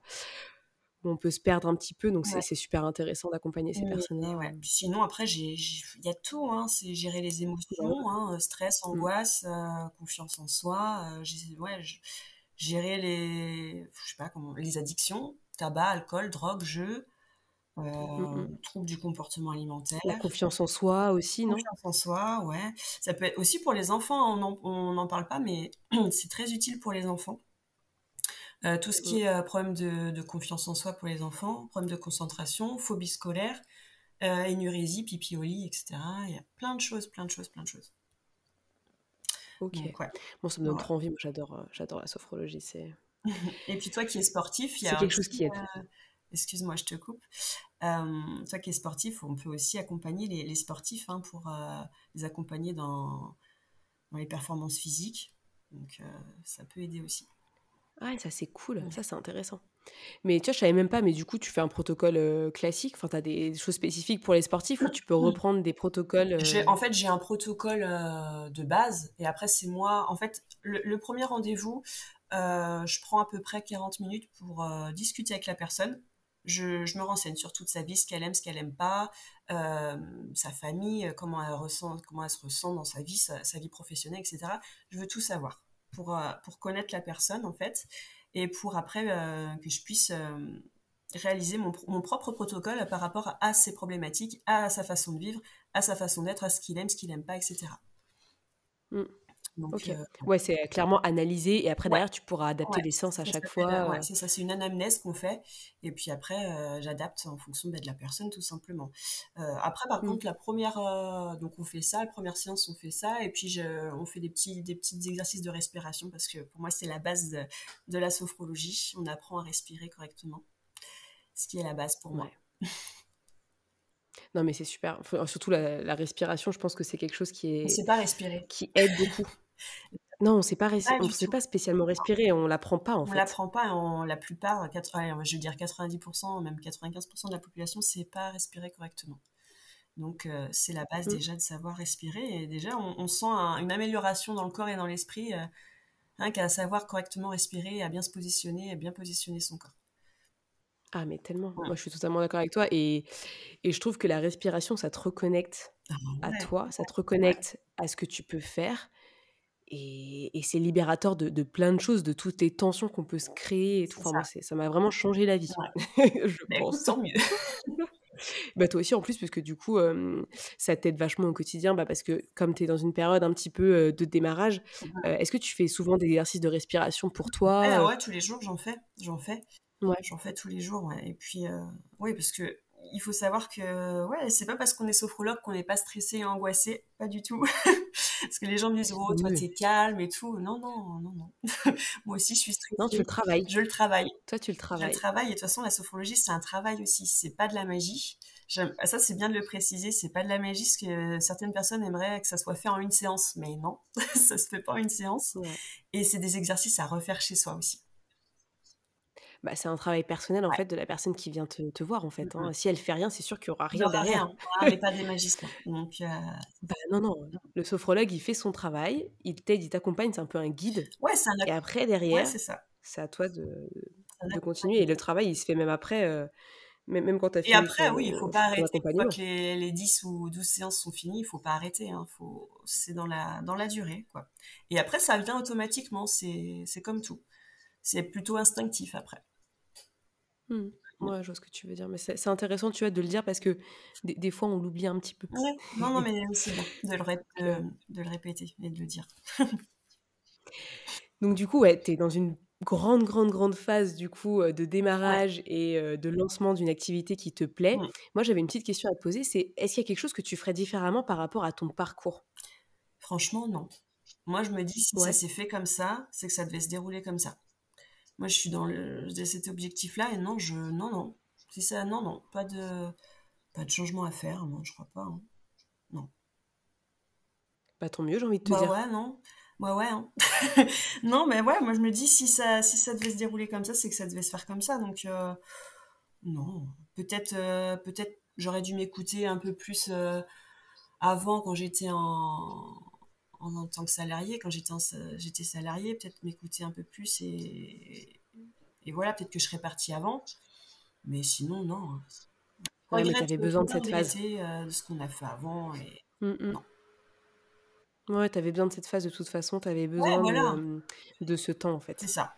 où on peut se perdre un petit peu donc c'est Ouais. c'est super intéressant d'accompagner ces Et personnes-là, ouais. heu, Puis sinon, après, j'ai, j'ai- il y a tout, hein. C'est gérer les bah, ouais. émotions, hein, euh, stress, Mmh. angoisse, euh, confiance en soi. Euh, j'ai- ouais, je- gérer les, je sais pas comment, les addictions, tabac, alcool, drogue, jeu, Mmh euh, mh. troubles du comportement alimentaire, La confiance en soi aussi, non? confiance en soi, ouais. Ça peut être aussi pour les enfants, on n'en on n'en parle pas, mais c'est très utile pour les enfants. Euh, tout ce Mmh. qui est euh, problème de, de confiance en soi pour les enfants, problème de concentration, phobie scolaire, euh, énurésie, pipioli, et cetera. Il y a plein de choses, plein de choses, plein de choses. OK. Donc ouais. Bon, ça me donne Ouais. trop envie. Moi, j'adore, heu, j'adore la sophrologie. C'est Et puis toi qui es sportif, il y c'est a quelque chose aussi, qui aide. euh, excuse-moi, je te coupe. Euh, toi qui es sportif, on peut aussi accompagner les, les sportifs hein, pour euh, les accompagner dans, dans les performances physiques. Donc euh, ça peut aider aussi. Ah ouais, ça, c'est cool. Mm. Ça, c'est intéressant. Mais tu vois, je savais même pas, mais du coup, tu fais un protocole, heu, classique? Enfin, tu as des choses spécifiques pour les sportifs ou tu peux reprendre des protocoles, J'ai, heu? en fait, j'ai un protocole euh, de base et après c'est moi. En fait, le, le premier rendez-vous, euh, je prends à peu près quarante minutes pour euh, discuter avec la personne. Je, je me renseigne sur toute sa vie, ce qu'elle aime, ce qu'elle aime pas, euh, sa famille, euh, comment elle ressent, comment elle se ressent dans sa vie, sa, sa vie professionnelle, et cetera. Je veux tout savoir pour euh, pour connaître la personne en fait et pour après euh, que je puisse euh, réaliser mon, mon propre protocole par rapport à, à ses problématiques, à sa façon de vivre à sa façon d'être, à ce qu'il aime, ce qu'il aime pas, et cetera. Mmh. Donc, OK. euh, Ouais, c'est clairement analysé et après ouais, derrière, tu pourras adapter ouais, les séances à ça chaque s'appelle, euh, fois, ouais, heu? c'est ça, c'est une anamnèse qu'on fait, et puis après, euh, j'adapte en fonction bah, de la personne, tout simplement. Euh, après, par Mmh. contre, la première, euh, donc on fait ça, la première séance, on fait ça, et puis je, on fait des petits, des petits exercices de respiration, parce que pour moi, c'est la base de, de la sophrologie. On apprend à respirer correctement, ce qui est la base pour moi. Ouais. Non, mais c'est super. Enfin, surtout la la respiration, je pense que c'est quelque chose qui On ne est sait pas respirer. qui aide beaucoup. Non, on sait pas res Pas on du sait tout. pas spécialement respirer, on l'apprend pas, en On fait. l'apprend pas, on, la plupart, quatre- allez, je veux dire quatre-vingt-dix pour cent, même quatre-vingt-quinze pour cent de la population, sait pas respirer correctement. Donc euh, c'est la base Mmh. déjà de savoir respirer et déjà on, on sent un- une amélioration dans le corps et dans l'esprit, euh, rien qu'à savoir correctement respirer, à bien se positionner, à bien positionner son corps. Ah, mais tellement. Ouais. Moi, je suis totalement d'accord avec toi et et je trouve que la respiration, ça te reconnecte Ah à ouais, toi, ça te ouais, reconnecte à ce que tu peux faire et et c'est libérateur de de plein de choses, de toutes les tensions qu'on peut se créer et tout. c'est Enfin, ça. moi, c'est ça m'a vraiment changé la vie, Ouais. je Bah écoute, pense. tant mieux. Bah, toi aussi, en plus, puisque du coup, hem, ça t'aide vachement au quotidien, bah, parce que comme tu es dans une période un petit peu, heu, de démarrage, heu, est-ce que tu fais souvent des exercices de respiration pour Ouais, toi, heu? ouais, tous les jours j'en fais, j'en fais, Ouais. j'en fais tous les jours, ouais. Et puis, euh, oui, parce que il faut savoir que, ouais, c'est pas parce qu'on est sophrologue qu'on n'est pas stressé et angoissé, pas du tout. Parce que les gens me disent, oh, toi, Oui. t'es calme et tout. Non, non, non, non. Moi aussi, je suis Non, tu le stressée. travailles. Je le travaille. Toi, tu le Je le travailles. travaille. Et de toute façon, la sophrologie, c'est un travail aussi. C'est pas de la magie. J'aime- Ça, c'est bien de le préciser. C'est pas de la magie, parce que certaines personnes aimeraient que ça soit fait en une séance. Mais non, ça se fait pas en une séance. Ouais. Et c'est des exercices à refaire chez soi aussi. Bah, c'est un travail personnel, en Ouais. fait, de la personne qui vient te, te voir, en Mm, fait. mm. Hein. Si elle fait rien, c'est sûr qu'il y aura Il y rien aura rien. derrière. Voilà, on n'est pas des magiciens. Donc, euh, Bah non, non. Le sophrologue, il fait son travail, il t'aide, il t'accompagne, c'est un peu un guide. ouais, c'est un, Et ac- après, ouais, derrière, c'est ça. c'est à toi de, C'est un de continuer. Et le accompagnement. travail, il se fait même après, euh, même, même quand tu as Et fini après, oui, il faut ton, pas ton arrêter. Une fois accompagnement. que les, les dix ou douze séances sont finies, il faut pas arrêter. Hein. Faut... C'est dans la, dans la durée, quoi. Et après, ça vient automatiquement. C'est, c'est comme tout. C'est plutôt instinctif après. Hmm. Mm. Ouais, je vois ce que tu veux dire. Mais c'est c'est intéressant, tu vois, de le dire parce que des, des fois, on l'oublie un petit peu. Ouais. Non, non, mais c'est bien de le, rép- Donc, euh, de, de le répéter et de le dire. donc, du coup, ouais, tu es dans une grande, grande, grande phase du coup euh, de Ouais. démarrage et euh, de lancement d'une activité qui te plaît. Mm. Moi, j'avais une petite question à te poser, c'est est-ce qu'il y a quelque chose que tu ferais différemment par rapport à ton parcours? Franchement, non. Moi, je me dis, si ça Ouais. s'est fait comme ça, c'est que ça devait se dérouler comme ça. Moi, je suis dans le, de cet objectif-là et non, je, non, non. Si ça, non, non, pas de, pas de changement à faire, non, je crois pas. Hein. Non. Bah tant mieux, j'ai envie de te Bah dire. ouais, non. Ouais, ouais. Hein. Non, mais ouais, moi je me dis si ça, si ça devait se dérouler comme ça, c'est que ça devait se faire comme ça. Donc euh, non, peut-être, euh, peut-être j'aurais dû m'écouter un peu plus euh, avant quand j'étais en, en, en tant que salarié, quand j'étais en sa- j'étais salarié, peut-être m'écouter un peu plus et, et voilà, peut-être que je serais partie avant. Mais sinon, non. Je Ouais, mais regrette, t'avais je besoin de peux pas cette phase. regretter euh, de ce qu'on a fait avant et Mm, mm. non. Ouais, t'avais besoin de cette phase de toute façon, t'avais Ouais, besoin voilà, de, de ce temps en c'est fait. ça.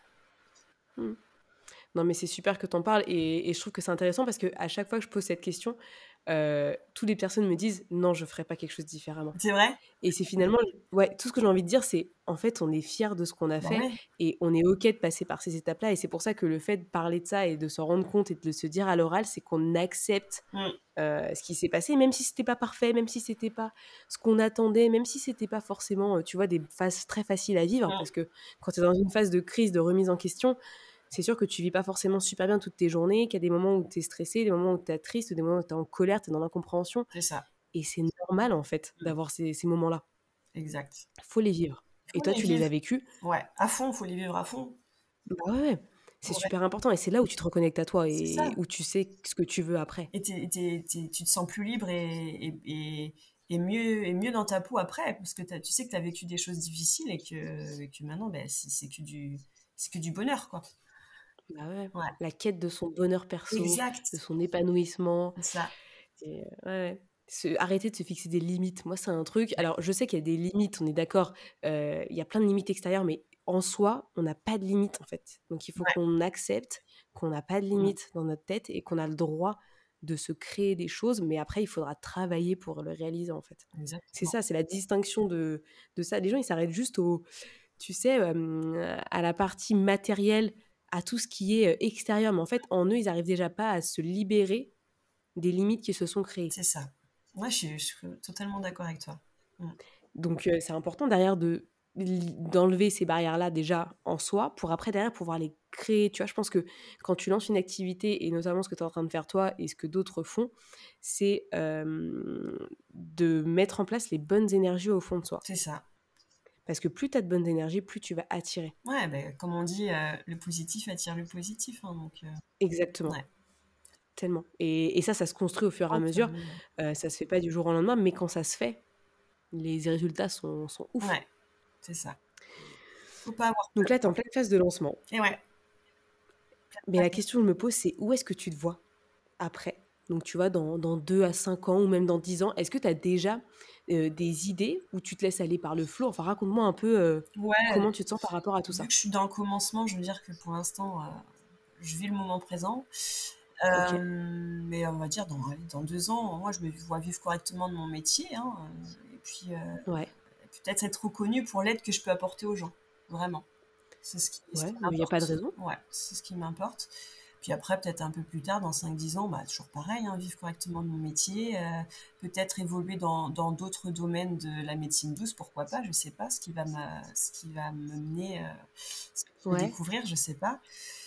Mm. Non, mais c'est super que t'en parles et, et je trouve que c'est intéressant parce que à chaque fois que je pose cette question, euh, toutes les personnes me disent non, je ferai pas quelque chose différemment. C'est vrai? Et c'est finalement, ouais, tout ce que j'ai envie de dire, c'est en fait, on est fiers de ce qu'on a Bah fait ouais. et on est OK de passer par ces étapes-là. Et c'est pour ça que le fait de parler de ça et de s'en rendre compte et de le se dire à l'oral, c'est qu'on accepte Mm. euh, ce qui s'est passé, même si c'était pas parfait, même si c'était pas ce qu'on attendait, même si c'était pas forcément, euh, tu vois, des phases très faciles à vivre. Parce Mm. que quand tu es dans une phase de crise, de remise en question, c'est sûr que tu vis pas forcément super bien toutes tes journées, qu'il y a des moments où tu es stressé, des moments où tu es triste, des moments où tu es en colère, tu es dans l'incompréhension. C'est ça. Et c'est normal, en fait, Mm. d'avoir ces, ces moments-là. Exact. Faut les vivre. Et Faut toi, les tu les vivre. as vécus. Ouais, à fond, faut les vivre à fond. Bah ouais, ouais. C'est Pour... super important. Et c'est là où tu te reconnectes à toi C'est et ça. où tu sais ce que tu veux après. Et t'es- t'es- t'es- tu te sens plus libre et, et, et, et mieux, et mieux dans ta peau après, parce que t'as- tu sais que tu as vécu des choses difficiles et que, et que maintenant, ben, c'est c'est que du, c'est que du bonheur, quoi. Bah ouais. Ouais, La quête de son bonheur perso, de exact. son épanouissement. C'est ça. Et, euh, ouais, ouais. Se- arrêter de se fixer des limites. Moi, c'est un truc. Alors, je sais qu'il y a des limites, on est d'accord. Euh, Il y a plein de limites extérieures, mais en soi, on n'a pas de limites, en fait. Donc, il faut Ouais. qu'on accepte qu'on n'a pas de Mm. limites dans notre tête et qu'on a le droit de se créer des choses, mais après, il faudra travailler pour le réaliser, en fait. C'est Exactement. ça, c'est la distinction de, de ça. Les gens, ils s'arrêtent juste au, tu sais, euh, à la partie matérielle, à tout ce qui est euh, extérieur. Mais en fait, en eux, ils n'arrivent déjà pas à se libérer des limites qui se sont créées. C'est ça. Moi, je suis, je suis totalement d'accord avec toi. Mm. Donc, euh, c'est important derrière de d'enlever ces barrières-là déjà en soi pour après derrière pouvoir les créer. Tu vois, je pense que quand tu lances une activité et notamment ce que tu es en train de faire toi et ce que d'autres font, c'est euh, de mettre en place les bonnes énergies au fond de soi. C'est ça. Parce que plus tu as de bonnes énergies, plus tu vas attirer. Ouais, ben, comme on dit, euh, le positif attire le positif. Hein, donc, euh, Exactement. ouais. Tellement. Et, et ça, ça se construit au fur et à Au fur et à mesure. mesure. Euh, ça se fait pas du jour au lendemain, mais quand ça se fait, les résultats sont, sont ouf. Ouais, c'est ça. Faut pas avoir Donc peur. là, tu es en pleine phase de lancement. Et ouais. Mais la question que je me pose, c'est où est-ce que tu te vois après? Donc, tu vois, dans, dans deux à cinq ans ou même dans dix ans, est-ce que tu as déjà euh, des idées où tu te laisses aller par le flot? Enfin, raconte-moi un peu euh, Ouais, comment tu te sens par rapport à tout vu ça. que je suis dans le commencement, je veux dire que pour l'instant, euh, je vis le moment présent. Ok. Euh, mais on va dire, dans, allez, dans deux ans, moi, je me vois vivre correctement de mon métier. Hein, euh, et puis, euh, Ouais. peut-être être reconnue pour l'aide que je peux apporter aux gens. Vraiment. C'est ce qui, ce Ouais, qui il n'y a pas de m'importe. raison. Ouais, c'est ce qui m'importe. Puis après, peut-être un peu plus tard, dans cinq dix ans, bah, toujours pareil, hein, vivre correctement de mon métier, euh, peut-être évoluer dans, dans d'autres domaines de la médecine douce, pourquoi pas, je sais pas, ce qui va m'a- ce qui va me mener, euh, ce que je vais Ouais. découvrir, je sais pas.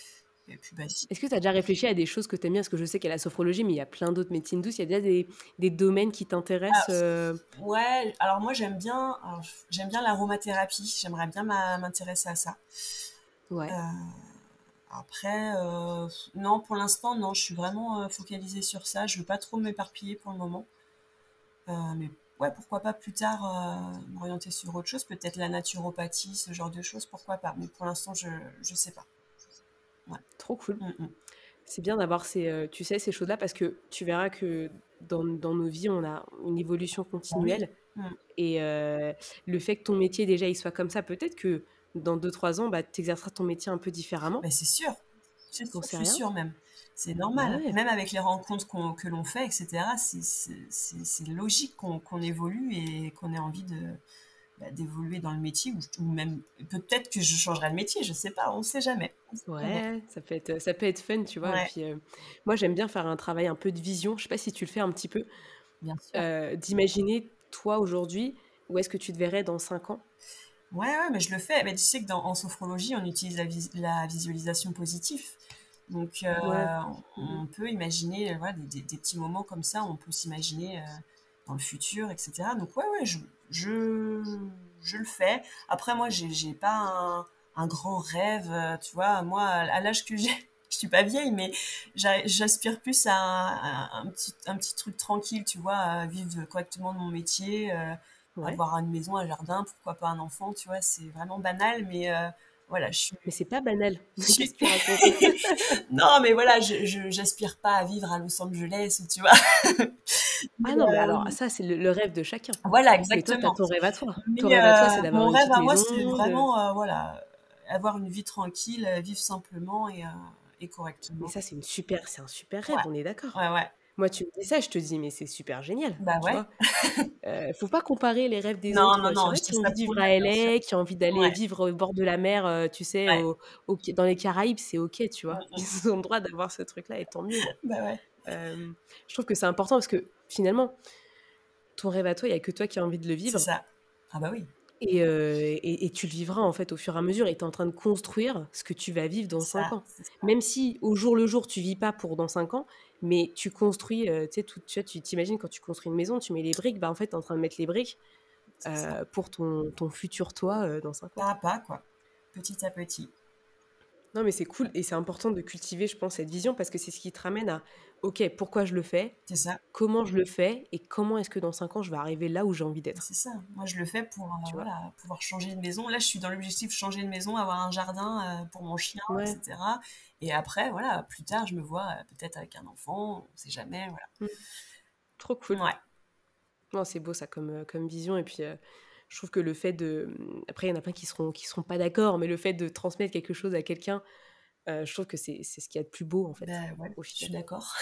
Et puis, bah, si. Est-ce que tu as déjà réfléchi à des choses que tu aimes bien? Parce que je sais qu'il y a la sophrologie, mais il y a plein d'autres médecines douces. Il y a déjà des, des domaines qui Ah, t'intéressent euh, ouais, alors moi, j'aime bien, alors, j'aime bien l'aromathérapie, j'aimerais bien m'a- m'intéresser à ça. Ouais, Euh, Après, euh, non, pour l'instant, non, je suis vraiment euh, focalisée sur ça. Je veux pas trop m'éparpiller pour le moment. Euh, mais ouais, pourquoi pas plus tard euh, m'orienter sur autre chose, peut-être la naturopathie, ce genre de choses, pourquoi pas. Mais pour l'instant, je je sais pas. Ouais. trop cool. Mm, mm. C'est bien d'avoir ces, euh, tu sais, ces choses-là parce que tu verras que dans, dans nos vies, on a une évolution Bah oui. continuelle. Mm. Et euh, le fait que ton métier, déjà, il soit comme ça, peut-être que dans deux trois ans, bah, tu exerceras ton métier un peu différemment. Mais c'est sûr, c'est T'en sûr, je sais suis rien. sûre même. C'est Bah normal. ouais. Même avec les rencontres qu'on- que l'on fait, et cetera, c'est c'est- c'est- c'est logique qu'on qu'on évolue et qu'on ait envie de, bah, d'évoluer dans le métier ou, ou même peut-être que je changerai de métier, je sais pas, on sait jamais. On sait jamais. Ouais, ça peut être, ça peut être fun, tu vois. Et Ouais, puis, euh, moi, j'aime bien faire un travail un peu de vision. Je sais pas si tu le fais un petit peu, bien sûr. euh, d'imaginer, toi, aujourd'hui, où est-ce que tu te verrais dans cinq ans. Ouais, ouais, mais je le fais. Mais tu sais que dans, en sophrologie, on utilise la, vis- la visualisation positive. Donc, euh, Ouais. on Mhm. on peut imaginer euh, voilà, des, des- des petits moments comme ça, on peut s'imaginer euh, dans le futur, et cetera. Donc, ouais, ouais, je, je, je le fais. Après, moi, j'ai j'ai pas un, un grand rêve, euh, tu vois. Moi, à l'âge que j'ai, je suis pas vieille, mais j'a- j'aspire plus à un, un petit, un petit truc tranquille, tu vois, à vivre correctement de mon métier, euh, Ouais. avoir une maison, un jardin, pourquoi pas un enfant, tu vois. C'est vraiment banal, mais euh, voilà, je suis. Mais c'est pas banal. je Qu'est-ce suis- que tu racontes? Non, mais voilà, je, je- j'aspire pas à vivre à Los Angeles, tu vois. Mais, Ah non, mais euh, alors, ça, c'est le, le rêve de chacun. voilà, Mais toi, tu as exactement. ton rêve à toi. Ton Mais rêve à toi, euh, c'est d'avoir mon une rêve petite à moi, maison. c'est De... vraiment, euh, voilà, avoir une vie tranquille, euh, vivre simplement et, euh, et Mais correctement. ça, c'est une super, c'est un super rêve, Ouais, on est d'accord. ouais, ouais. Moi, tu me dis ça, je te dis, mais c'est super génial, Bah tu ouais. vois. Euh, faut pas comparer les rêves des Non, non, autres. Il y non, en a je dis qui ont ça envie de pour vivre moi, à bien sûr. L A, qui ont envie d'aller Ouais, vivre au bord de la mer, euh, tu sais, ouais. au, au- dans les Caraïbes, c'est ok, tu Mm, vois. mm. Ils ont le droit d'avoir ce truc-là, et tant mieux. Bah ouais, Euh, je trouve que c'est important parce que finalement, ton rêve à toi, il y a que toi qui as envie de le c'est vivre. ça. Ah bah oui, Et, euh, et, et tu le vivras en fait au fur et à mesure. Et tu es en train de construire ce que tu vas vivre dans c'est cinq ça, ans. c'est ça. Même si au jour le jour, tu vis pas pour dans cinq ans, mais tu construis, euh, tu sais, tout, tu vois, tu t'imagines quand tu construis une maison, tu mets les briques, bah en fait, tu es en train de mettre les briques C'est ça. euh, pour ton, ton futur toi euh, dans cinq ans. Pas à pas, quoi. Petit à petit. Non, mais c'est cool et c'est important de cultiver, je pense, cette vision parce que c'est ce qui te ramène à, ok, pourquoi je le fais, C'est ça. comment je le fais et comment est-ce que dans cinq ans, je vais arriver là où j'ai envie d'être, C'est ça. Moi, je le fais pour euh, tu vois. voilà, pouvoir changer de maison. Là, je suis dans l'objectif de changer de maison, avoir un jardin euh, pour mon chien, Ouais. et cetera. Et après, voilà, plus tard, je me vois euh, peut-être avec un enfant, on sait jamais, voilà. Mm. Trop cool. Ouais. Non, c'est beau ça comme, euh, comme vision. Et puis, euh, je trouve que le fait de. Après, il y en a plein qui seront, qui seront pas d'accord, mais le fait de transmettre quelque chose à quelqu'un, euh, je trouve que c'est, c'est ce qu'il y a de plus beau, en fait, Ben ouais, au je suis final. d'accord.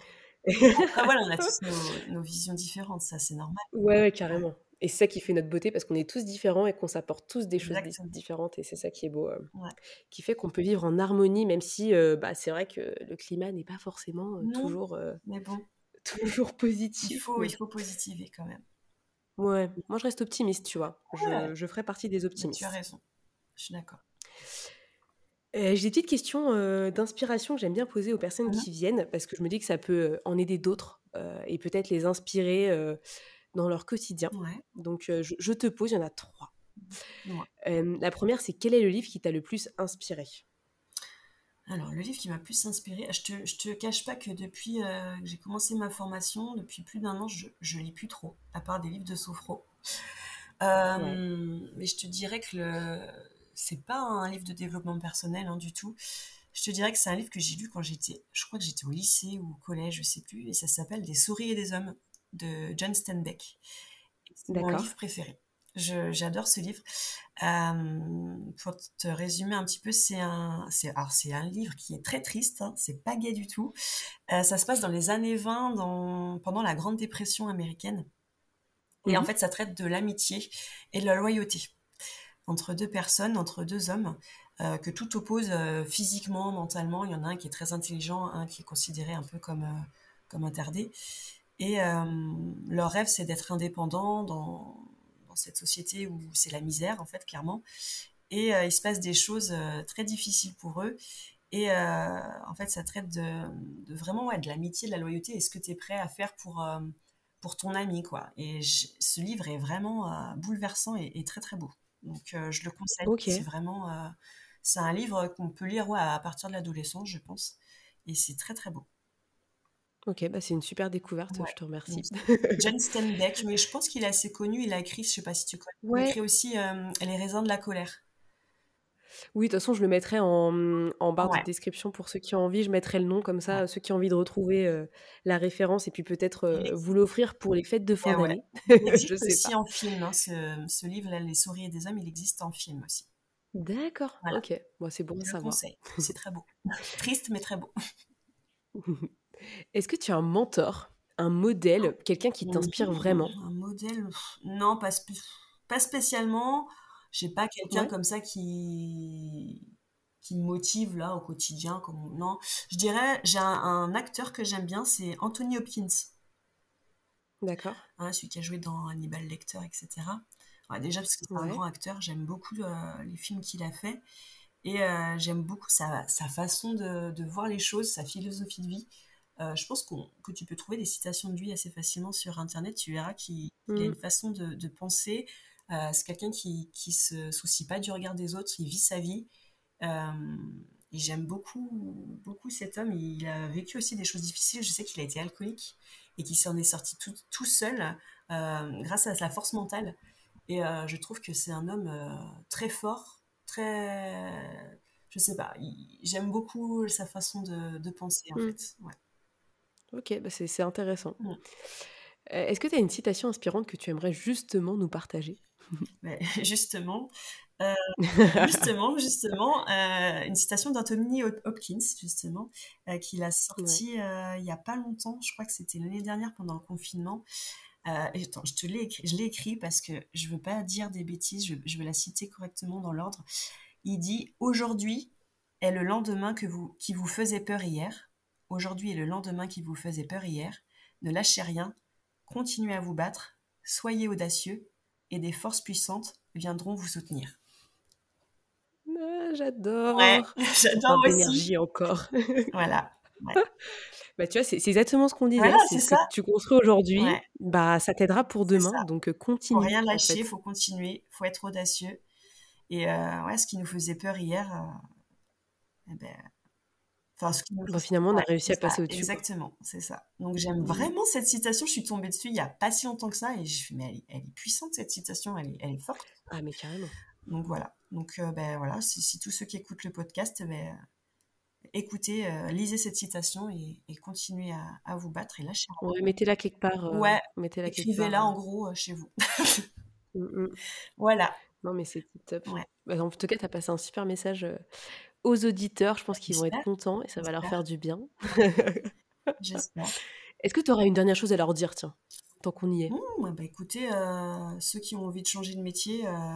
Après, voilà, on a tous nos, nos visions différentes, ça, c'est normal. Ouais, ouais, Ouais, carrément. Et c'est ça qui fait notre beauté parce qu'on est tous différents et qu'on s'apporte tous des choses di- exactement. différentes. Et c'est ça qui est beau, euh, Ouais. qui fait qu'on peut vivre en harmonie, même si euh, bah, c'est vrai que le climat n'est pas forcément euh, Non, toujours, euh, mais bon, toujours il positif. faut, il Mais faut positiver quand même. ouais, moi je reste optimiste, tu vois. Ouais, Je, je ferai partie des mais tu as optimistes. raison. Je suis d'accord. Euh, j'ai des petites questions euh, d'inspiration que j'aime bien poser aux personnes Mhm. qui viennent parce que je me dis que ça peut euh, en aider d'autres euh, et peut-être les inspirer euh, dans leur quotidien. Ouais, Donc euh, je, je te pose, il y en a trois. dis-moi. Euh, la première, c'est quel est le livre qui t'a le plus inspiré? Alors, le livre qui m'a plus inspiré, je te, je te cache pas que depuis euh, que j'ai commencé ma formation, depuis plus d'un an, je, je lis plus trop, à part des livres de sophro. Ouais. Euh, mais je te dirais que le, c'est pas un livre de développement personnel hein, du tout. Je te dirais que c'est un livre que j'ai lu quand j'étais, je crois que j'étais au lycée ou au collège, je sais plus, et ça s'appelle Des souris et des hommes de John Steinbeck. C'est mon D'accord. livre préféré. Je- j'adore ce livre. Euh, pour te résumer un petit peu, c'est un, c'est, alors c'est un livre qui est très triste, hein, c'est pas gai du tout. Euh, ça se passe dans les années vingt, dans, pendant la Grande Dépression américaine. Et en Mhm. fait, ça traite de l'amitié et de la loyauté entre deux personnes, entre deux hommes. euh, que tout oppose euh, physiquement, mentalement. Il y en a un qui est très intelligent, un qui est considéré un peu comme, euh, comme un tardé. Et euh, leur rêve, c'est d'être indépendant dans, dans cette société où c'est la misère, en fait, clairement. Et euh, il se passe des choses euh, très difficiles pour eux. Et euh, en fait, ça traite de, de vraiment ouais, de l'amitié, de la loyauté et ce que tu es prêt à faire pour, euh, pour ton ami, quoi. Et je- ce livre est vraiment euh, bouleversant et, et très très beau. Donc euh, je le conseille. C'est Ok, vraiment, euh, c'est un livre qu'on peut lire ouais, à partir de l'adolescence, je pense. Et c'est très très beau. ok, bah c'est une super découverte, Ouais. je te Donc, remercie. John Steinbeck, mais je pense qu'il est assez connu. Il a écrit, je sais pas si tu connais, il a Ouais, écrit aussi euh, Les raisins de la colère. oui, de toute façon, je le mettrai en, en barre de Ouais. description pour ceux qui ont envie. Je mettrai le nom comme Ouais. ça, ceux qui ont envie de retrouver euh, la référence et puis peut-être Il euh, vous existe. l'offrir pour les fêtes de fin Eh ouais. d'année. Il Je existe sais aussi pas. en film, hein, ce, ce livre-là, Les souris et des hommes, il existe en film aussi. D'accord, Voilà, ok. Bon, c'est bon à je le savoir. conseille. C'est très beau. Triste, mais très beau. Est-ce que tu as un mentor, un modèle, quelqu'un qui Mhm. t'inspire vraiment? Un modèle, pff, non, pas, spé- pas spécialement. J'ai pas quelqu'un Ouais, comme ça qui qui me motive là au quotidien. Comme on- Non, je dirais, j'ai un, un acteur que j'aime bien, c'est Anthony Hopkins, d'accord. hein, celui qui a joué dans Hannibal Lecter, et cetera. Ouais, déjà parce que c'est un Ouais. grand acteur, j'aime beaucoup euh, les films qu'il a fait. Et euh, j'aime beaucoup sa, sa façon de, de voir les choses, sa philosophie de vie. Euh, je pense qu'on, que tu peux trouver des citations de lui assez facilement sur Internet. Tu verras qu'il, qu'il a Mm, une façon de, de penser. Euh, c'est quelqu'un qui, qui se soucie pas du regard des autres. Il vit sa vie. Euh, et j'aime beaucoup, beaucoup cet homme. Il a vécu aussi des choses difficiles. Je sais qu'il a été alcoolique et qu'il s'en est sorti tout, tout seul euh, grâce à sa force mentale. Et euh, je trouve que c'est un homme euh, très fort, très... Je sais pas, il- j'aime beaucoup sa façon de, de penser en mm. fait. Ouais. Ok, bah c'est c'est intéressant. Mm. Euh, Est-ce que tu as une citation inspirante que tu aimerais justement nous partager? Mais justement, euh, justement, justement, euh, une citation d'Anthony Hop- Hopkins, justement, euh, qu'il a Ouais. sorti euh, il y a pas longtemps, je crois que c'était l'année dernière pendant le confinement. Euh, et attends, je te l'ai écrit, je l'ai écrit parce que je veux pas dire des bêtises, je, je veux la citer correctement dans l'ordre. Il dit: aujourd'hui est le lendemain que vous, qui vous faisait peur hier. Aujourd'hui est le lendemain qui vous faisait peur hier. Ne lâchez rien, continuez à vous battre, soyez audacieux, et des forces puissantes viendront vous soutenir. Ah, Ouais, j'adore. On j'adore parle aussi. d'énergie encore. Voilà. Ouais. Bah, tu vois, c'est c'est exactement ce qu'on disait. Voilà, C'est c'est ce que ça. tu construis aujourd'hui, Ouais, bah, ça t'aidera pour c'est demain. ça. Donc, euh, Faut continue, rien en lâcher, fait. faut continuer, faut être audacieux. Et euh, ouais, ce qui nous faisait peur hier, euh, eh ben, enfin, ce qui nous Bah, faisait... finalement, on a Ouais, réussi c'est à ça, passer au-dessus, quoi. exactement, c'est ça. Donc j'aime Mm. vraiment cette citation, je suis tombée dessus il y a pas si longtemps que ça, et je fais, mais elle est, elle est puissante cette citation, elle est, elle est forte. Ah, mais carrément. Donc voilà. Donc euh, ben voilà, si, si tous ceux qui écoutent le podcast, ben, écoutez, euh, lisez cette citation et, et continuez à, à vous battre et lâchez Ouais, rien. mettez-la quelque part. euh, Ouais, mettez-la quelque part. écrivez-la euh. en gros euh, chez vous. Mm, mm. Voilà. Non, mais c'est tip top. Ouais, Bah, en tout cas, tu as passé un super message euh, aux auditeurs. Je pense qu'ils vont être j'espère, contents et ça va leur j'espère, faire du bien. j'espère. Est-ce que tu aurais une dernière chose à leur dire, tiens, tant qu'on y est? Mmh, bah écoutez, euh, ceux qui ont envie de changer de métier, euh,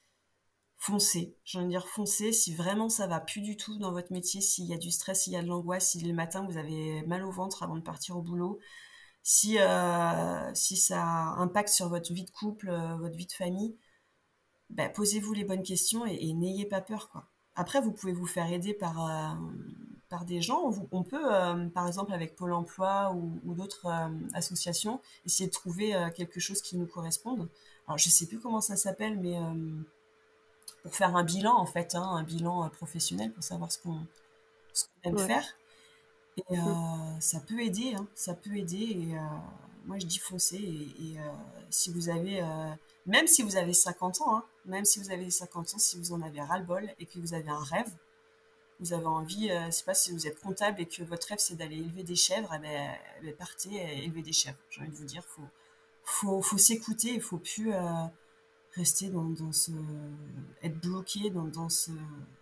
foncez. J'ai envie de dire foncez. Si vraiment ça va plus du tout dans votre métier, s'il y a du stress, s'il y a de l'angoisse, si le matin vous avez mal au ventre avant de partir au boulot, si, euh, si ça impacte sur votre vie de couple, euh, votre vie de famille, bah, posez-vous les bonnes questions et, et n'ayez pas peur, quoi. Après, vous pouvez vous faire aider par, euh, par des gens. On, vous- on peut, euh, par exemple, avec Pôle emploi ou, ou d'autres euh, associations, essayer de trouver euh, quelque chose qui nous corresponde. Alors, je sais plus comment ça s'appelle, mais euh, pour faire un bilan, en fait, hein, un bilan euh, professionnel pour savoir ce qu'on ce qu'on aime Ouais. faire. Et Mm. euh, ça peut aider, hein, ça peut aider. Et euh, moi, je dis foncez. Et, et, euh, si vous avez, euh, même si vous avez cinquante ans, hein, même si vous avez cinquante ans, si vous en avez ras-le-bol et que vous avez un rêve, vous avez envie, euh, je sais pas si vous êtes comptable et que votre rêve c'est d'aller élever des chèvres, eh ben, eh ben, partez et élever des chèvres. J'ai envie de vous dire, faut, faut, faut s'écouter, il faut plus euh, rester dans, dans ce, être bloqué dans, dans ce,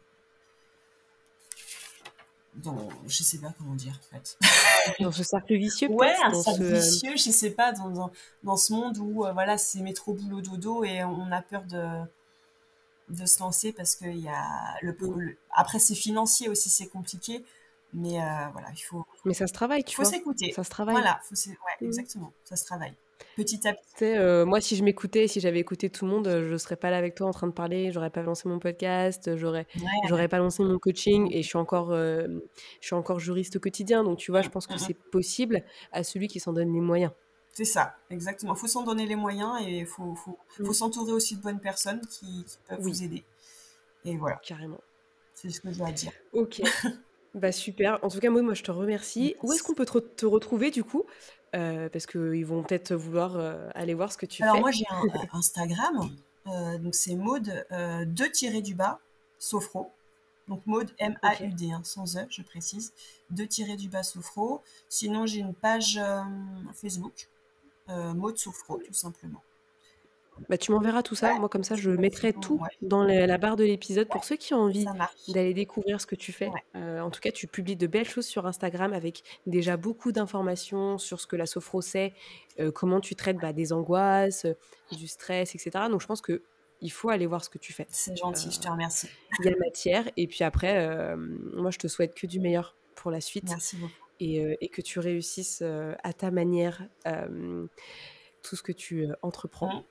dans, je sais pas comment dire en fait. Dans ce cercle vicieux, Ouais, peut-être? un Dans cercle ce... euh, vicieux, je sais pas, dans, dans, dans ce monde où euh, voilà, c'est métro boulot dodo et on a peur de de se lancer parce que il y a le, le après c'est financier aussi, c'est compliqué, mais euh, voilà, il faut mais ça se travaille, tu faut vois, s'écouter. ça se travaille. Voilà, faut ouais, Mmh. exactement, ça se travaille petit à petit. Tu sais, euh, moi, si je m'écoutais, si j'avais écouté tout le monde, je serais pas là avec toi en train de parler, j'aurais pas lancé mon podcast, j'aurais, Ouais. j'aurais pas lancé mon coaching, et je suis encore, euh, je suis encore juriste au quotidien, donc tu vois, je pense que c'est possible à celui qui s'en donne les moyens. C'est ça, exactement. Il faut s'en donner les moyens et il faut, faut, Mm. faut s'entourer aussi de bonnes personnes qui, qui peuvent Oui. vous aider. Et voilà. Carrément. C'est ce que j'ai à dire. Ok. Bah super. En tout cas, moi, moi je te remercie. Merci. Où est-ce qu'on peut te, te retrouver du coup euh, parce qu'ils vont peut-être vouloir euh, aller voir ce que tu Alors, fais. Alors moi j'ai un, un Instagram, euh, donc c'est Maud euh, deux tirés du bas Sophro. Donc Maud M A U D, okay. hein, sans E, je précise. deux tirés du bas Sophro. Sinon j'ai une page euh, Facebook, euh, Maud Sophro, tout simplement. Bah, tu m'enverras tout ça. Ouais. Moi, comme ça, je mettrai tout ouais. dans la, la barre de l'épisode ouais. pour ceux qui ont envie d'aller découvrir ce que tu fais. Ouais. Euh, en tout cas, tu publies de belles choses sur Instagram avec déjà beaucoup d'informations sur ce que la sophro c'est, euh, comment tu traites bah, des angoisses, du stress, et cetera. Donc, je pense qu'il faut aller voir ce que tu fais. C'est gentil, euh, je te remercie. Il y a matière. Et puis après, euh, moi, je te souhaite que du meilleur pour la suite. Merci beaucoup. Et, euh, et que tu réussisses euh, à ta manière euh, tout ce que tu euh, entreprends. Mmh.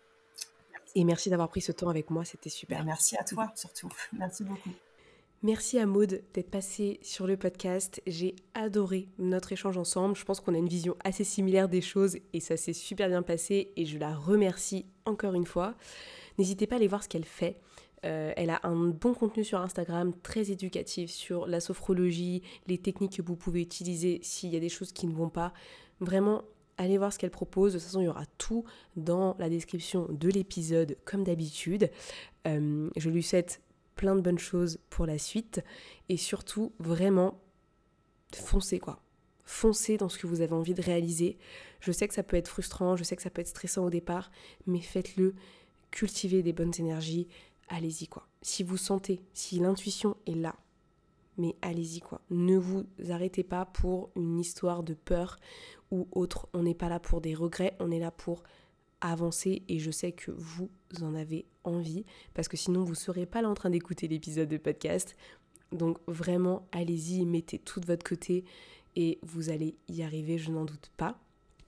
Et merci d'avoir pris ce temps avec moi, c'était super. Merci à toi surtout, merci beaucoup. Merci à Maud d'être passée sur le podcast. J'ai adoré notre échange ensemble. Je pense qu'on a une vision assez similaire des choses et ça s'est super bien passé et je la remercie encore une fois. N'hésitez pas à aller voir ce qu'elle fait. Euh, elle a un bon contenu sur Instagram, très éducatif sur la sophrologie, les techniques que vous pouvez utiliser s'il y a des choses qui ne vont pas. Vraiment, allez voir ce qu'elle propose. De toute façon, il y aura tout dans la description de l'épisode, comme d'habitude. Euh, je lui souhaite plein de bonnes choses pour la suite. Et surtout, vraiment, foncez quoi. Foncez dans ce que vous avez envie de réaliser. Je sais que ça peut être frustrant, je sais que ça peut être stressant au départ, mais faites-le. Cultivez des bonnes énergies. Allez-y quoi. Si vous sentez, si l'intuition est là, mais allez-y quoi. Ne vous arrêtez pas pour une histoire de peur ou autre. On n'est pas là pour des regrets, on est là pour avancer et je sais que vous en avez envie parce que sinon vous ne serez pas là en train d'écouter l'épisode de podcast. Donc vraiment, allez-y, mettez tout de votre côté et vous allez y arriver, je n'en doute pas.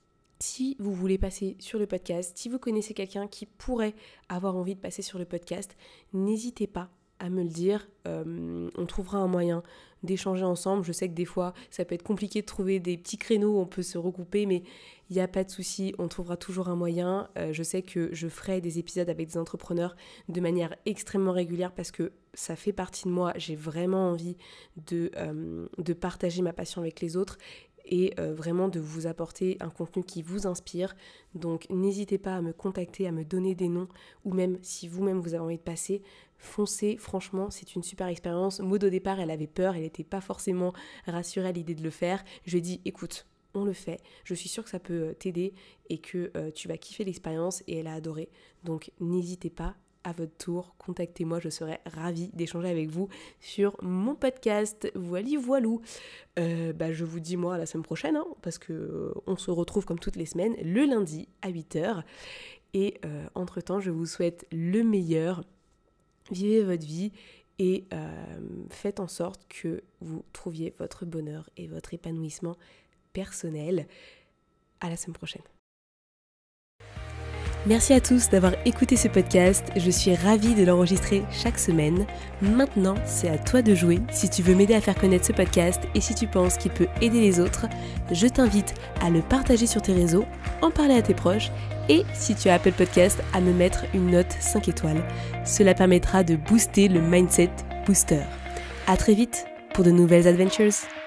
Si vous voulez passer sur le podcast, si vous connaissez quelqu'un qui pourrait avoir envie de passer sur le podcast, n'hésitez pas à me le dire, euh, on trouvera un moyen d'échanger ensemble. Je sais que des fois, ça peut être compliqué de trouver des petits créneaux où on peut se regrouper, mais il n'y a pas de souci, on trouvera toujours un moyen. Euh, je sais que je ferai des épisodes avec des entrepreneurs de manière extrêmement régulière parce que ça fait partie de moi. J'ai vraiment envie de, euh, de partager ma passion avec les autres et euh, vraiment de vous apporter un contenu qui vous inspire. Donc n'hésitez pas à me contacter, à me donner des noms, ou même si vous-même vous avez envie de passer, foncez, franchement, c'est une super expérience. Maud au départ, elle avait peur, elle n'était pas forcément rassurée à l'idée de le faire. Je lui ai dit, écoute, on le fait, je suis sûre que ça peut t'aider et que euh, tu vas kiffer l'expérience, et elle a adoré. Donc n'hésitez pas, à votre tour, contactez-moi, je serai ravie d'échanger avec vous sur mon podcast. Voili voilou. Euh, bah, je vous dis moi à la semaine prochaine, hein, parce que euh, on se retrouve comme toutes les semaines, le lundi à huit heures. Et euh, entre-temps, je vous souhaite le meilleur. Vivez votre vie et euh, faites en sorte que vous trouviez votre bonheur et votre épanouissement personnel. À la semaine prochaine. Merci à tous d'avoir écouté ce podcast, je suis ravie de l'enregistrer chaque semaine. Maintenant, c'est à toi de jouer. Si tu veux m'aider à faire connaître ce podcast et si tu penses qu'il peut aider les autres, je t'invite à le partager sur tes réseaux, en parler à tes proches et si tu as Apple Podcast, à me mettre une note cinq étoiles. Cela permettra de booster le Mindset Booster. À très vite pour de nouvelles adventures.